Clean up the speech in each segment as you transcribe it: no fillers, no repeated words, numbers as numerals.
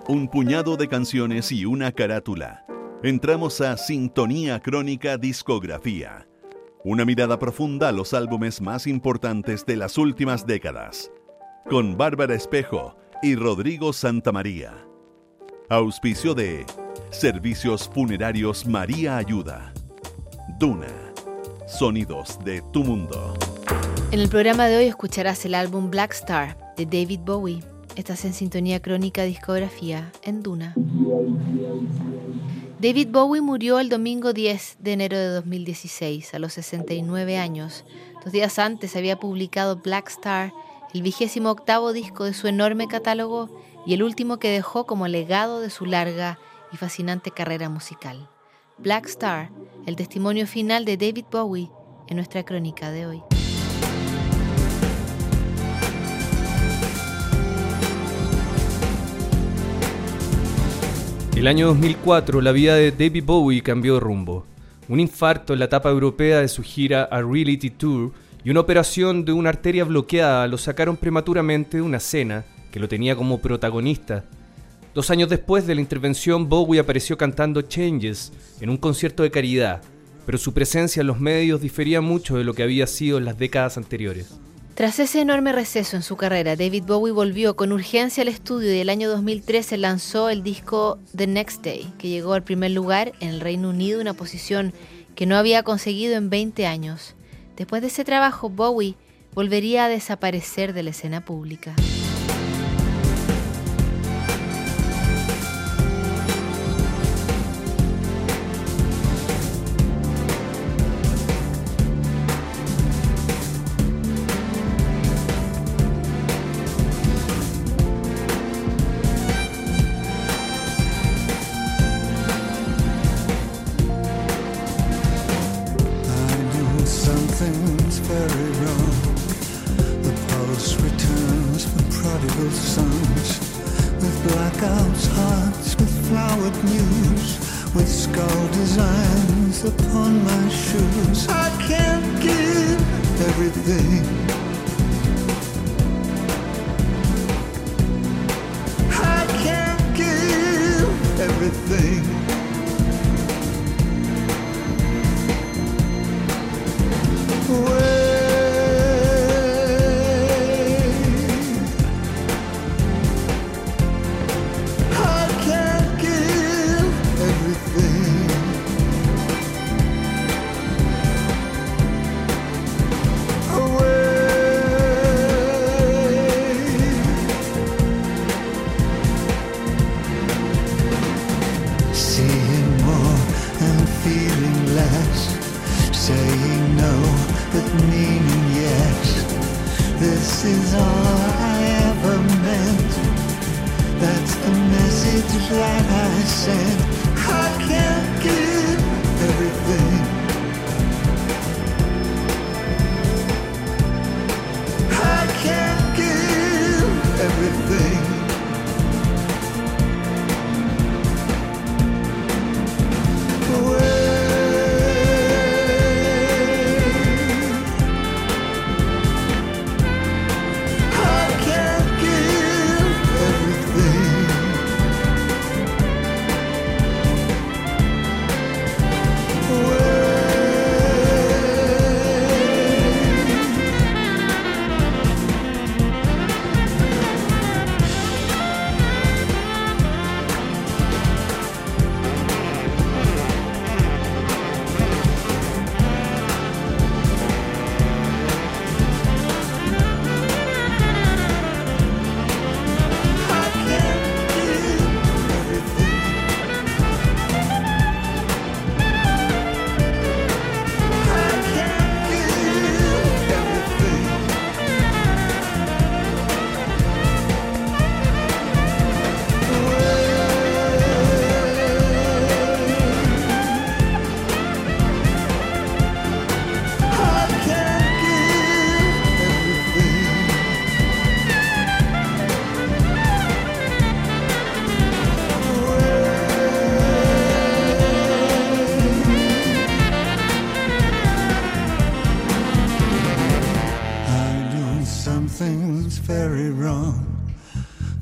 Un puñado de canciones y una carátula. Entramos a Sintonía Crónica Discografía. Una mirada profunda a los álbumes más importantes de las últimas décadas. Con Bárbara Espejo y Rodrigo Santamaría. Auspicio de Servicios Funerarios María Ayuda. Duna. Sonidos de tu mundo. En el programa de hoy escucharás el álbum Black Star de David Bowie. Estás en Sintonía Crónica Discografía en Duna. David Bowie murió el domingo 10 de enero de 2016 a los 69 años. 2 días antes había publicado Black Star, el 28º disco de su enorme catálogo y el último que dejó como legado de su larga y fascinante carrera musical. Black Star, el testimonio final de David Bowie en nuestra crónica de hoy. El año 2004, la vida de David Bowie cambió de rumbo. Un infarto en la etapa europea de su gira A Reality Tour y una operación de una arteria bloqueada lo sacaron prematuramente de una cena que lo tenía como protagonista. 2 años después de la intervención, Bowie apareció cantando Changes en un concierto de caridad, pero su presencia en los medios difería mucho de lo que había sido en las décadas anteriores. Tras ese enorme receso en su carrera, David Bowie volvió con urgencia al estudio y el año 2013 lanzó el disco The Next Day, que llegó al primer lugar en el Reino Unido, una posición que no había conseguido en 20 años. Después de ese trabajo, Bowie volvería a desaparecer de la escena pública.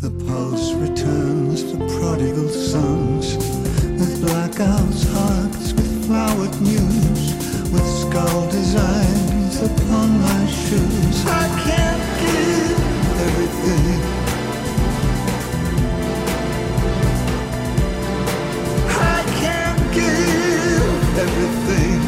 The pulse returns to prodigal sons, with blackouts, hearts, with flowered news, with skull designs upon my shoes. I can't give everything. I can't give everything.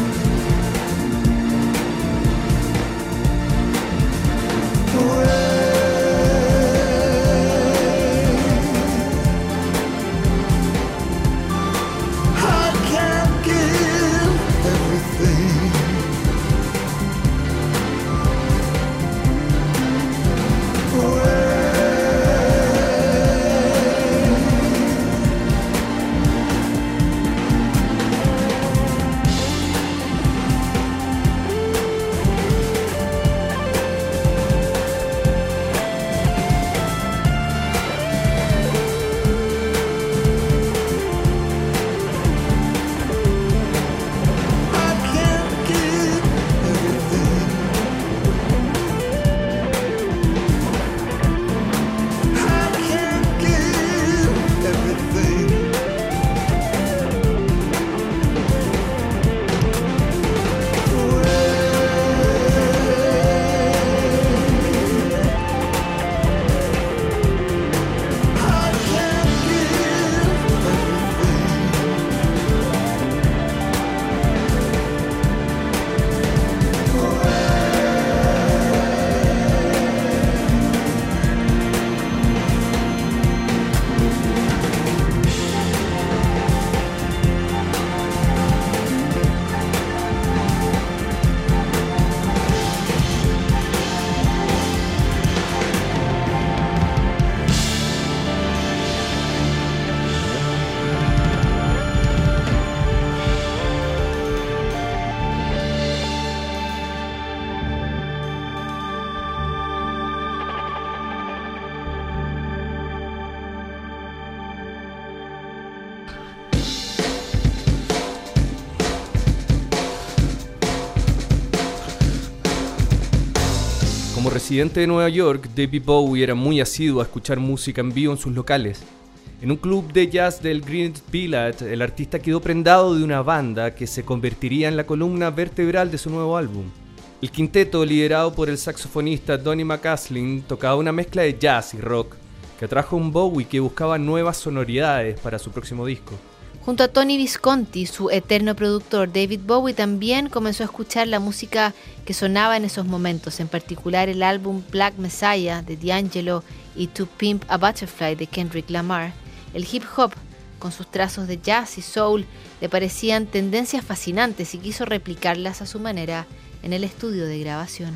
Como residente de Nueva York, David Bowie era muy asiduo a escuchar música en vivo en sus locales. En un club de jazz del Greenwich Village, el artista quedó prendado de una banda que se convertiría en la columna vertebral de su nuevo álbum. El quinteto, liderado por el saxofonista Donny McCaslin, tocaba una mezcla de jazz y rock que atrajo a un Bowie que buscaba nuevas sonoridades para su próximo disco. Junto a Tony Visconti, su eterno productor, David Bowie también comenzó a escuchar la música que sonaba en esos momentos, en particular el álbum Black Messiah de D'Angelo y To Pimp a Butterfly de Kendrick Lamar. El hip hop, con sus trazos de jazz y soul, le parecían tendencias fascinantes y quiso replicarlas a su manera en el estudio de grabación.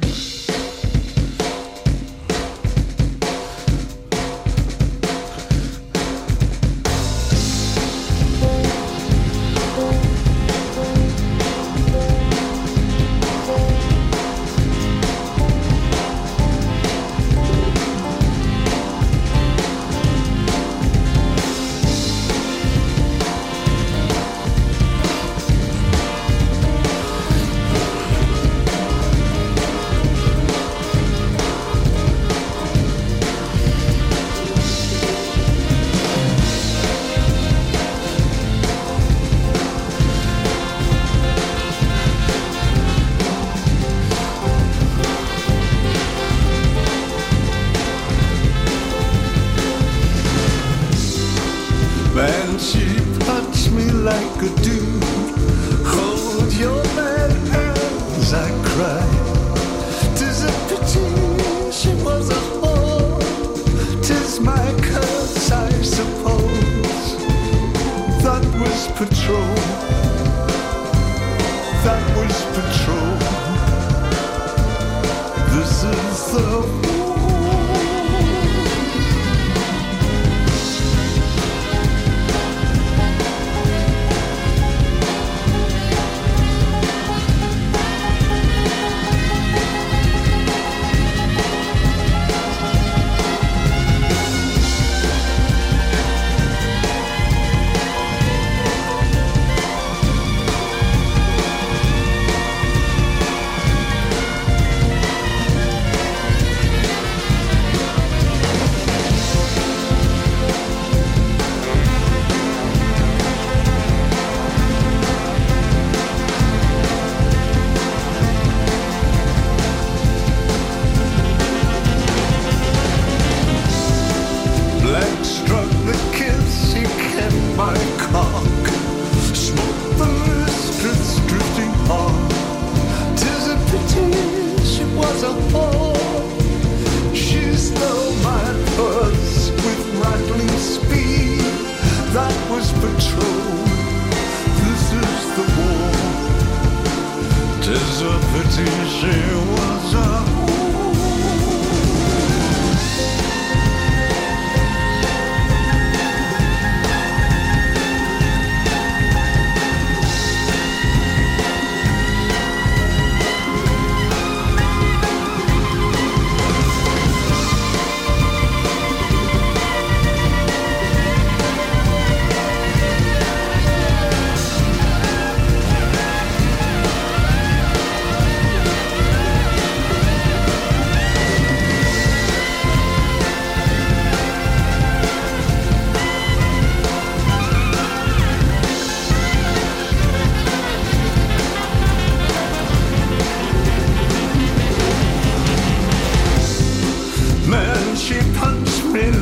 Man, she punched me like a dude. Hold your bad hands, I cried. 'Tis a pity she was a whore. 'Tis my curse, I suppose. That was patrol. That was patrol. This is the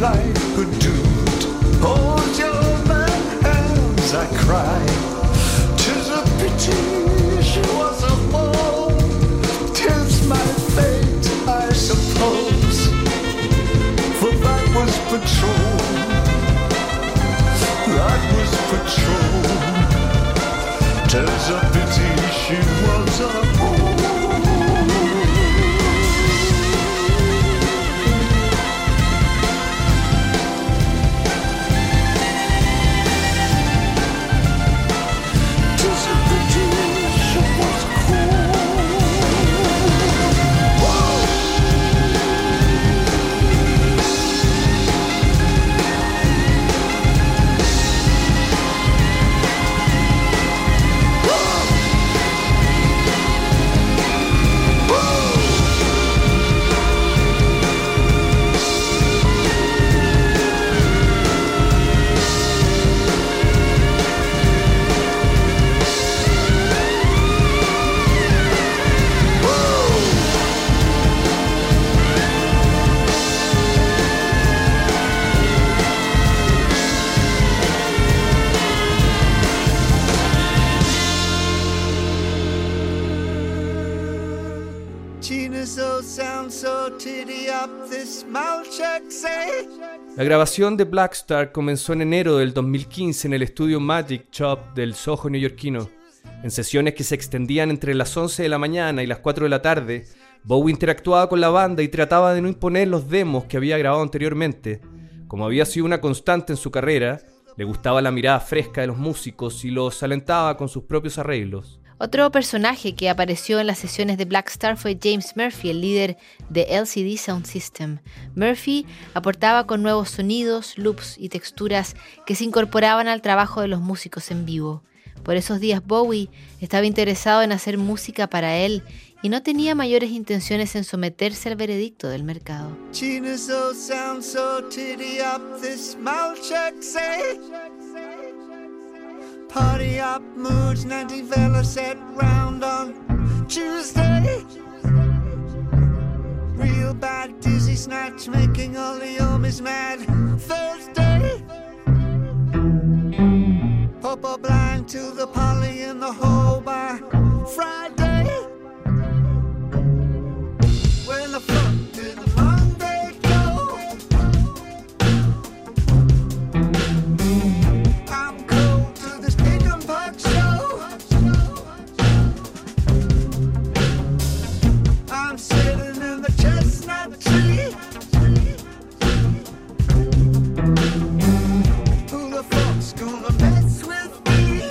like a dude. Hold your hands, I cried. 'Tis a pity she was a whore. 'Tis my fate, I suppose. For that was patrol. That was patrol. 'Tis a pity she was a whore. La grabación de Black Star comenzó en enero del 2015 en el estudio Magic Shop del Soho neoyorquino. En sesiones que se extendían entre las 11 de la mañana y las 4 de la tarde, Bowie interactuaba con la banda y trataba de no imponer los demos que había grabado anteriormente. Como había sido una constante en su carrera, le gustaba la mirada fresca de los músicos y los alentaba con sus propios arreglos. Otro personaje que apareció en las sesiones de Black Star fue James Murphy, el líder de LCD Sound System. Murphy aportaba con nuevos sonidos, loops y texturas que se incorporaban al trabajo de los músicos en vivo. Por esos días Bowie estaba interesado en hacer música para él y no tenía mayores intenciones en someterse al veredicto del mercado. Party up moods, 90 fella set round on Tuesday. Real bad dizzy snatch, making all the homies mad. Thursday. Papa blind to the poly in the hole by Friday. When the fuck did Monday go? I'm cold to this pig and puck show. I'm sitting in the chestnut tree. Who the fuck's gonna mess with me?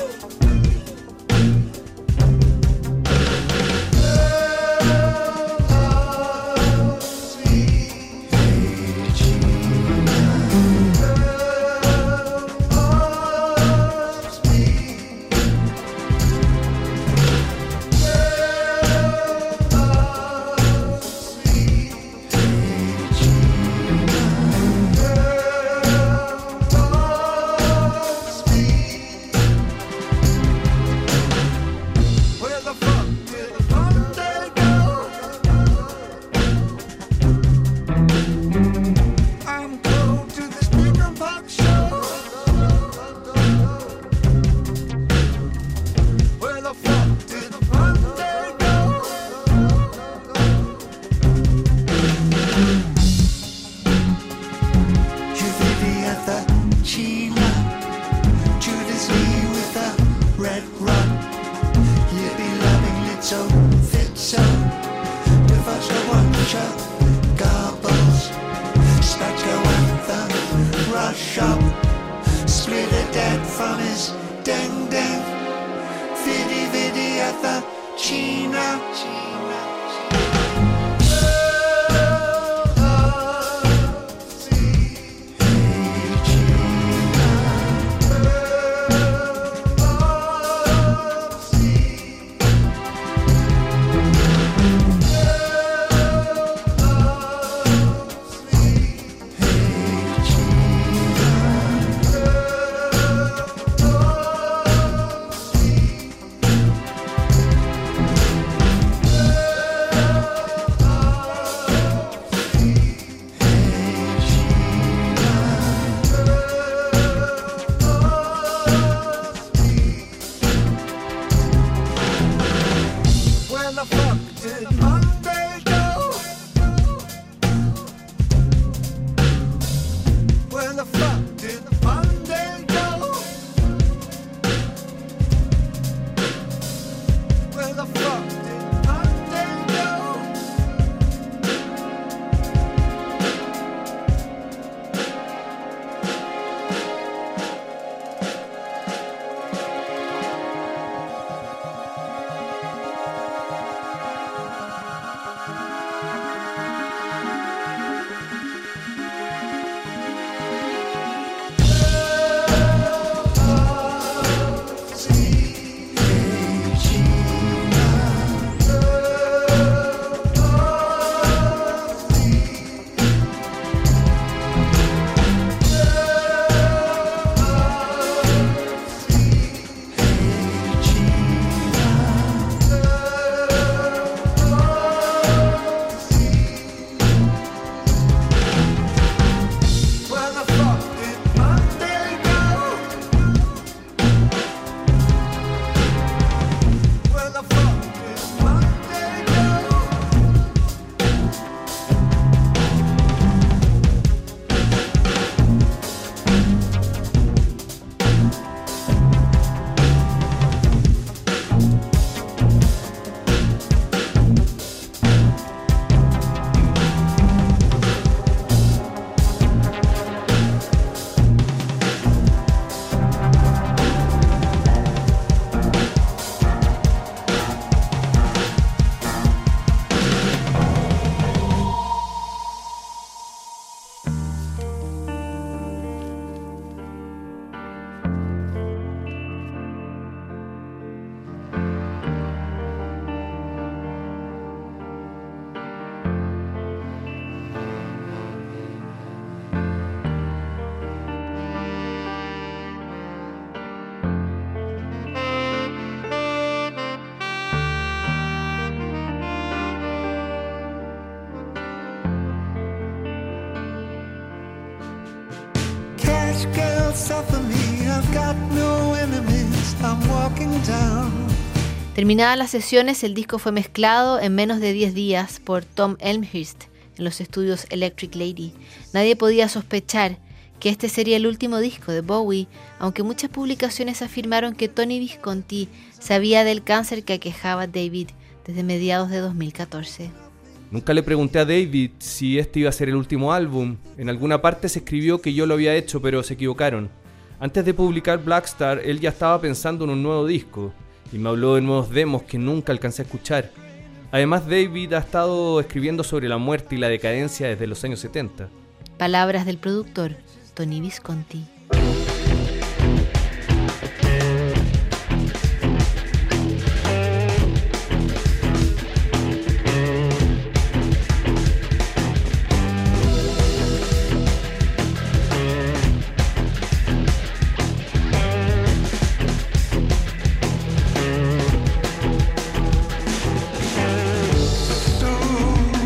girl south of me. I've got no enemies. I'm walking down. Terminadas las sesiones, el disco fue mezclado en menos de 10 días por Tom Elmhirst en los estudios Electric Lady. Nadie podía sospechar que este sería el último disco de Bowie, aunque muchas publicaciones afirmaron que Tony Visconti sabía del cáncer que aquejaba a David desde mediados de 2014. Nunca le pregunté a David si este iba a ser el último álbum. En alguna parte se escribió que yo lo había hecho, pero se equivocaron. Antes de publicar Black Star, él ya estaba pensando en un nuevo disco y me habló de nuevos demos que nunca alcancé a escuchar. Además, David ha estado escribiendo sobre la muerte y la decadencia desde los años 70. Palabras del productor Tony Visconti.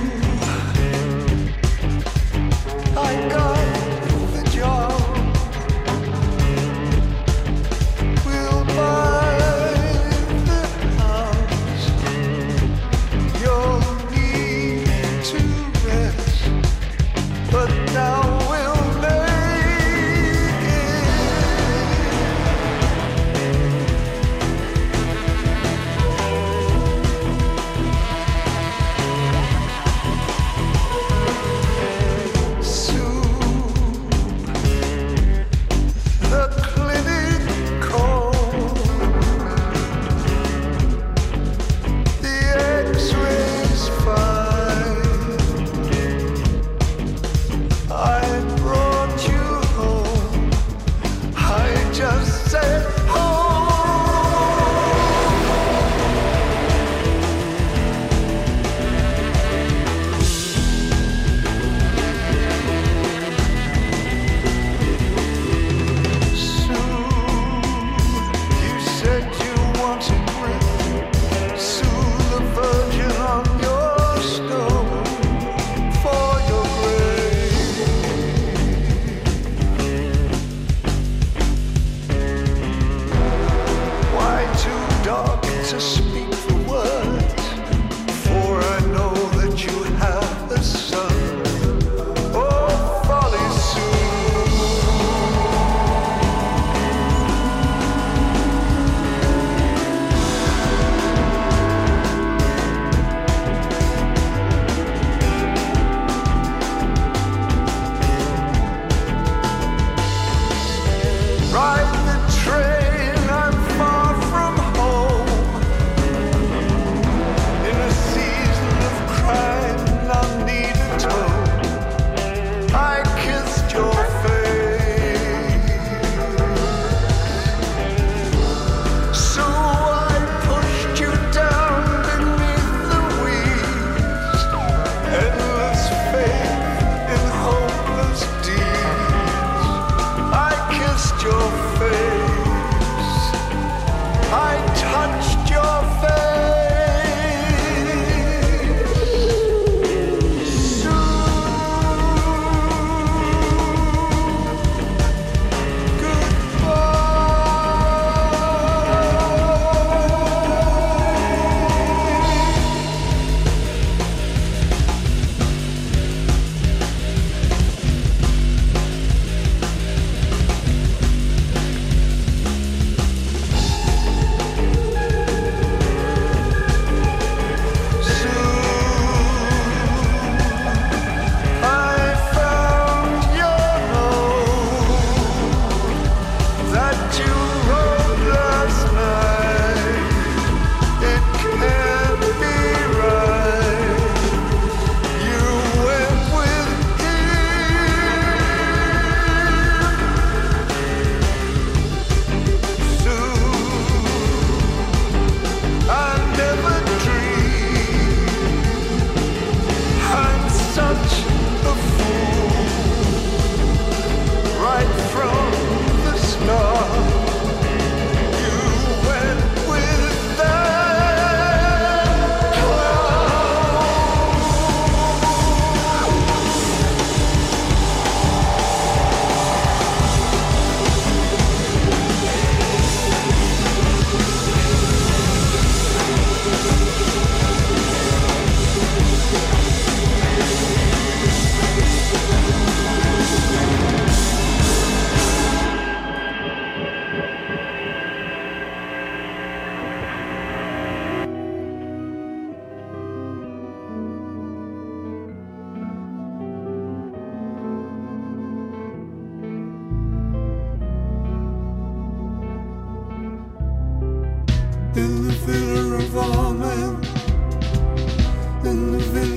I got the job.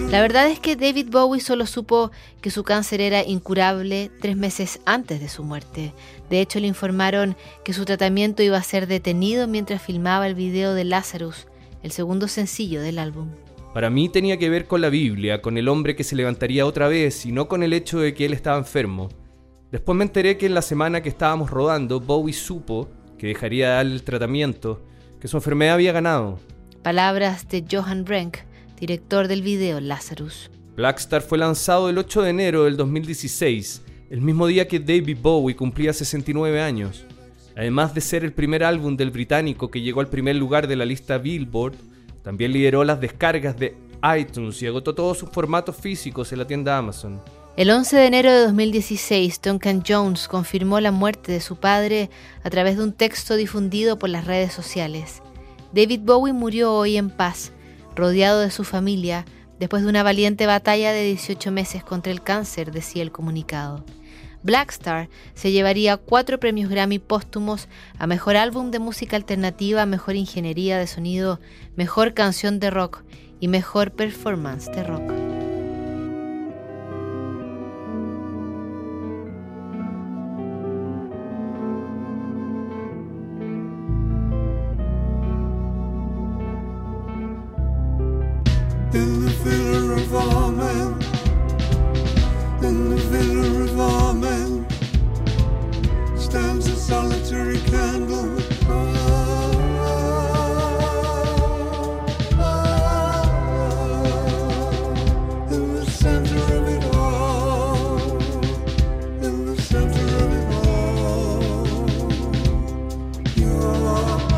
La verdad es que David Bowie solo supo que su cáncer era incurable 3 meses antes de su muerte. De hecho, le informaron que su tratamiento iba a ser detenido mientras filmaba el video de Lazarus, el segundo sencillo del álbum. Para mí tenía que ver con la Biblia, con el hombre que se levantaría otra vez y no con el hecho de que él estaba enfermo. Después me enteré que en la semana que estábamos rodando, Bowie supo que dejaría de darle el tratamiento, que su enfermedad había ganado. Palabras de Johan Renck, director del video Lazarus. Black Star fue lanzado el 8 de enero del 2016, el mismo día que David Bowie cumplía 69 años. Además de ser el primer álbum del británico que llegó al primer lugar de la lista Billboard, también lideró las descargas de iTunes y agotó todos sus formatos físicos en la tienda Amazon. El 11 de enero de 2016, Duncan Jones confirmó la muerte de su padre a través de un texto difundido por las redes sociales. David Bowie murió hoy en paz, rodeado de su familia, después de una valiente batalla de 18 meses contra el cáncer, decía el comunicado. Black Star se llevaría 4 premios Grammy póstumos a Mejor Álbum de Música Alternativa, Mejor Ingeniería de Sonido, Mejor Canción de Rock y Mejor Performance de Rock. In the villa of our men, in the villa of our men, stands a solitary candle. In the center of it all, in the center of it all, you're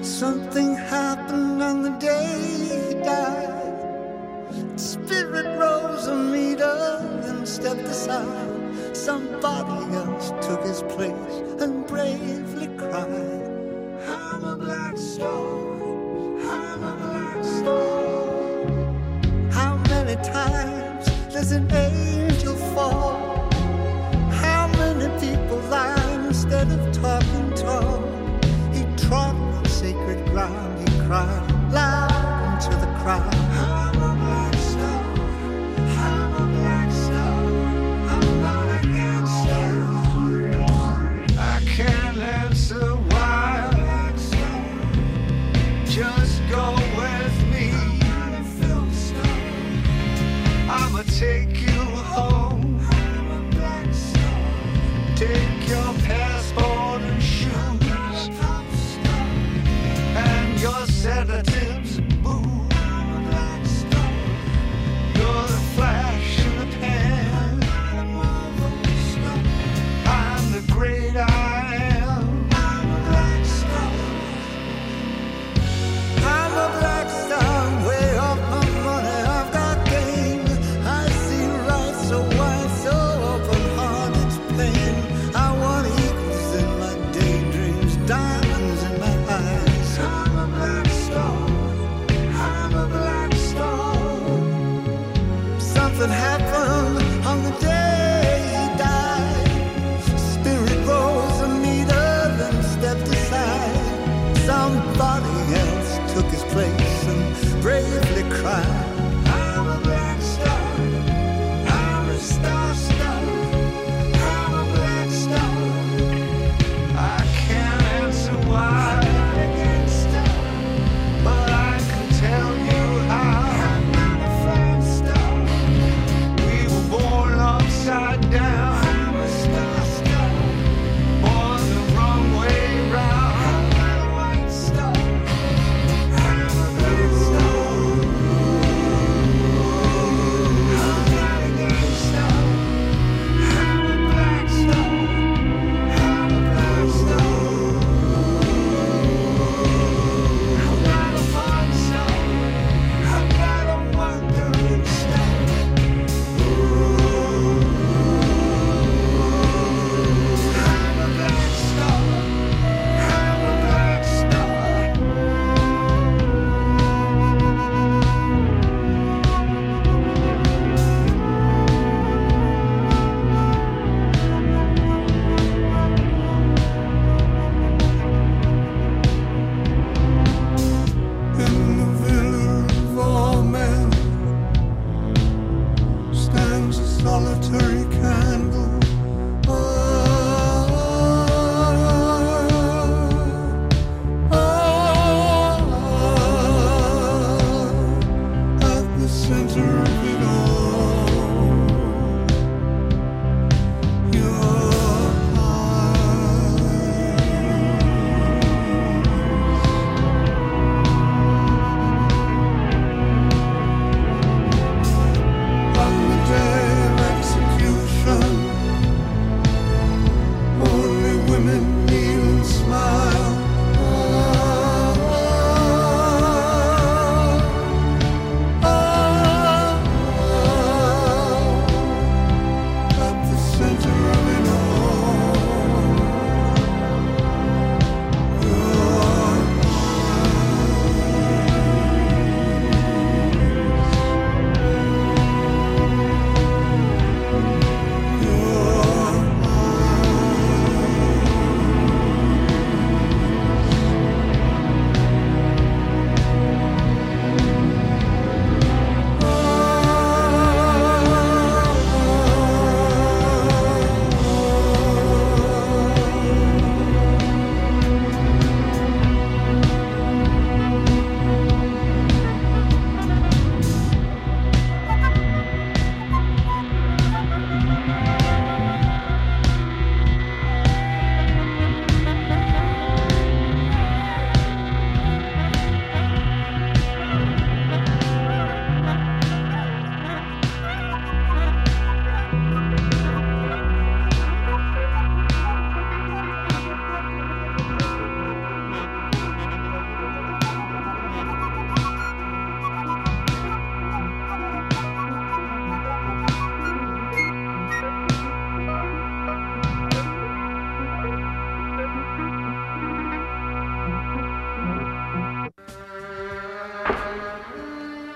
Something happened on the day he died. Spirit rose a meter and stepped aside. Somebody else took his place and bravely cried, I'm a black star, I'm a black star. How many times does an angel fall? How many people lie instead of talking tall? He trod on sacred ground, he cried loud into the crowd, I'm a black star, I'm a black star, I'm not a gangster. I can't answer why, just go with me, I'ma take you home.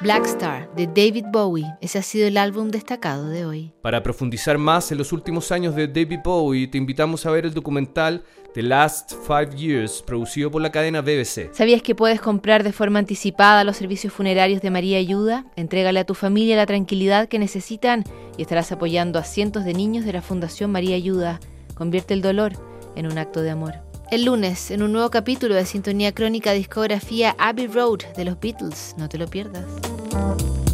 Black Star, de David Bowie. Ese ha sido el álbum destacado de hoy. Para profundizar más en los últimos años de David Bowie, te invitamos a ver el documental The Last 5 Years, producido por la cadena BBC. ¿Sabías que puedes comprar de forma anticipada los servicios funerarios de María Ayuda? Entrégale a tu familia la tranquilidad que necesitan y estarás apoyando a cientos de niños de la Fundación María Ayuda. Convierte el dolor en un acto de amor. El lunes, en un nuevo capítulo de Sintonía Crónica Discografía, Abbey Road de los Beatles. No te lo pierdas.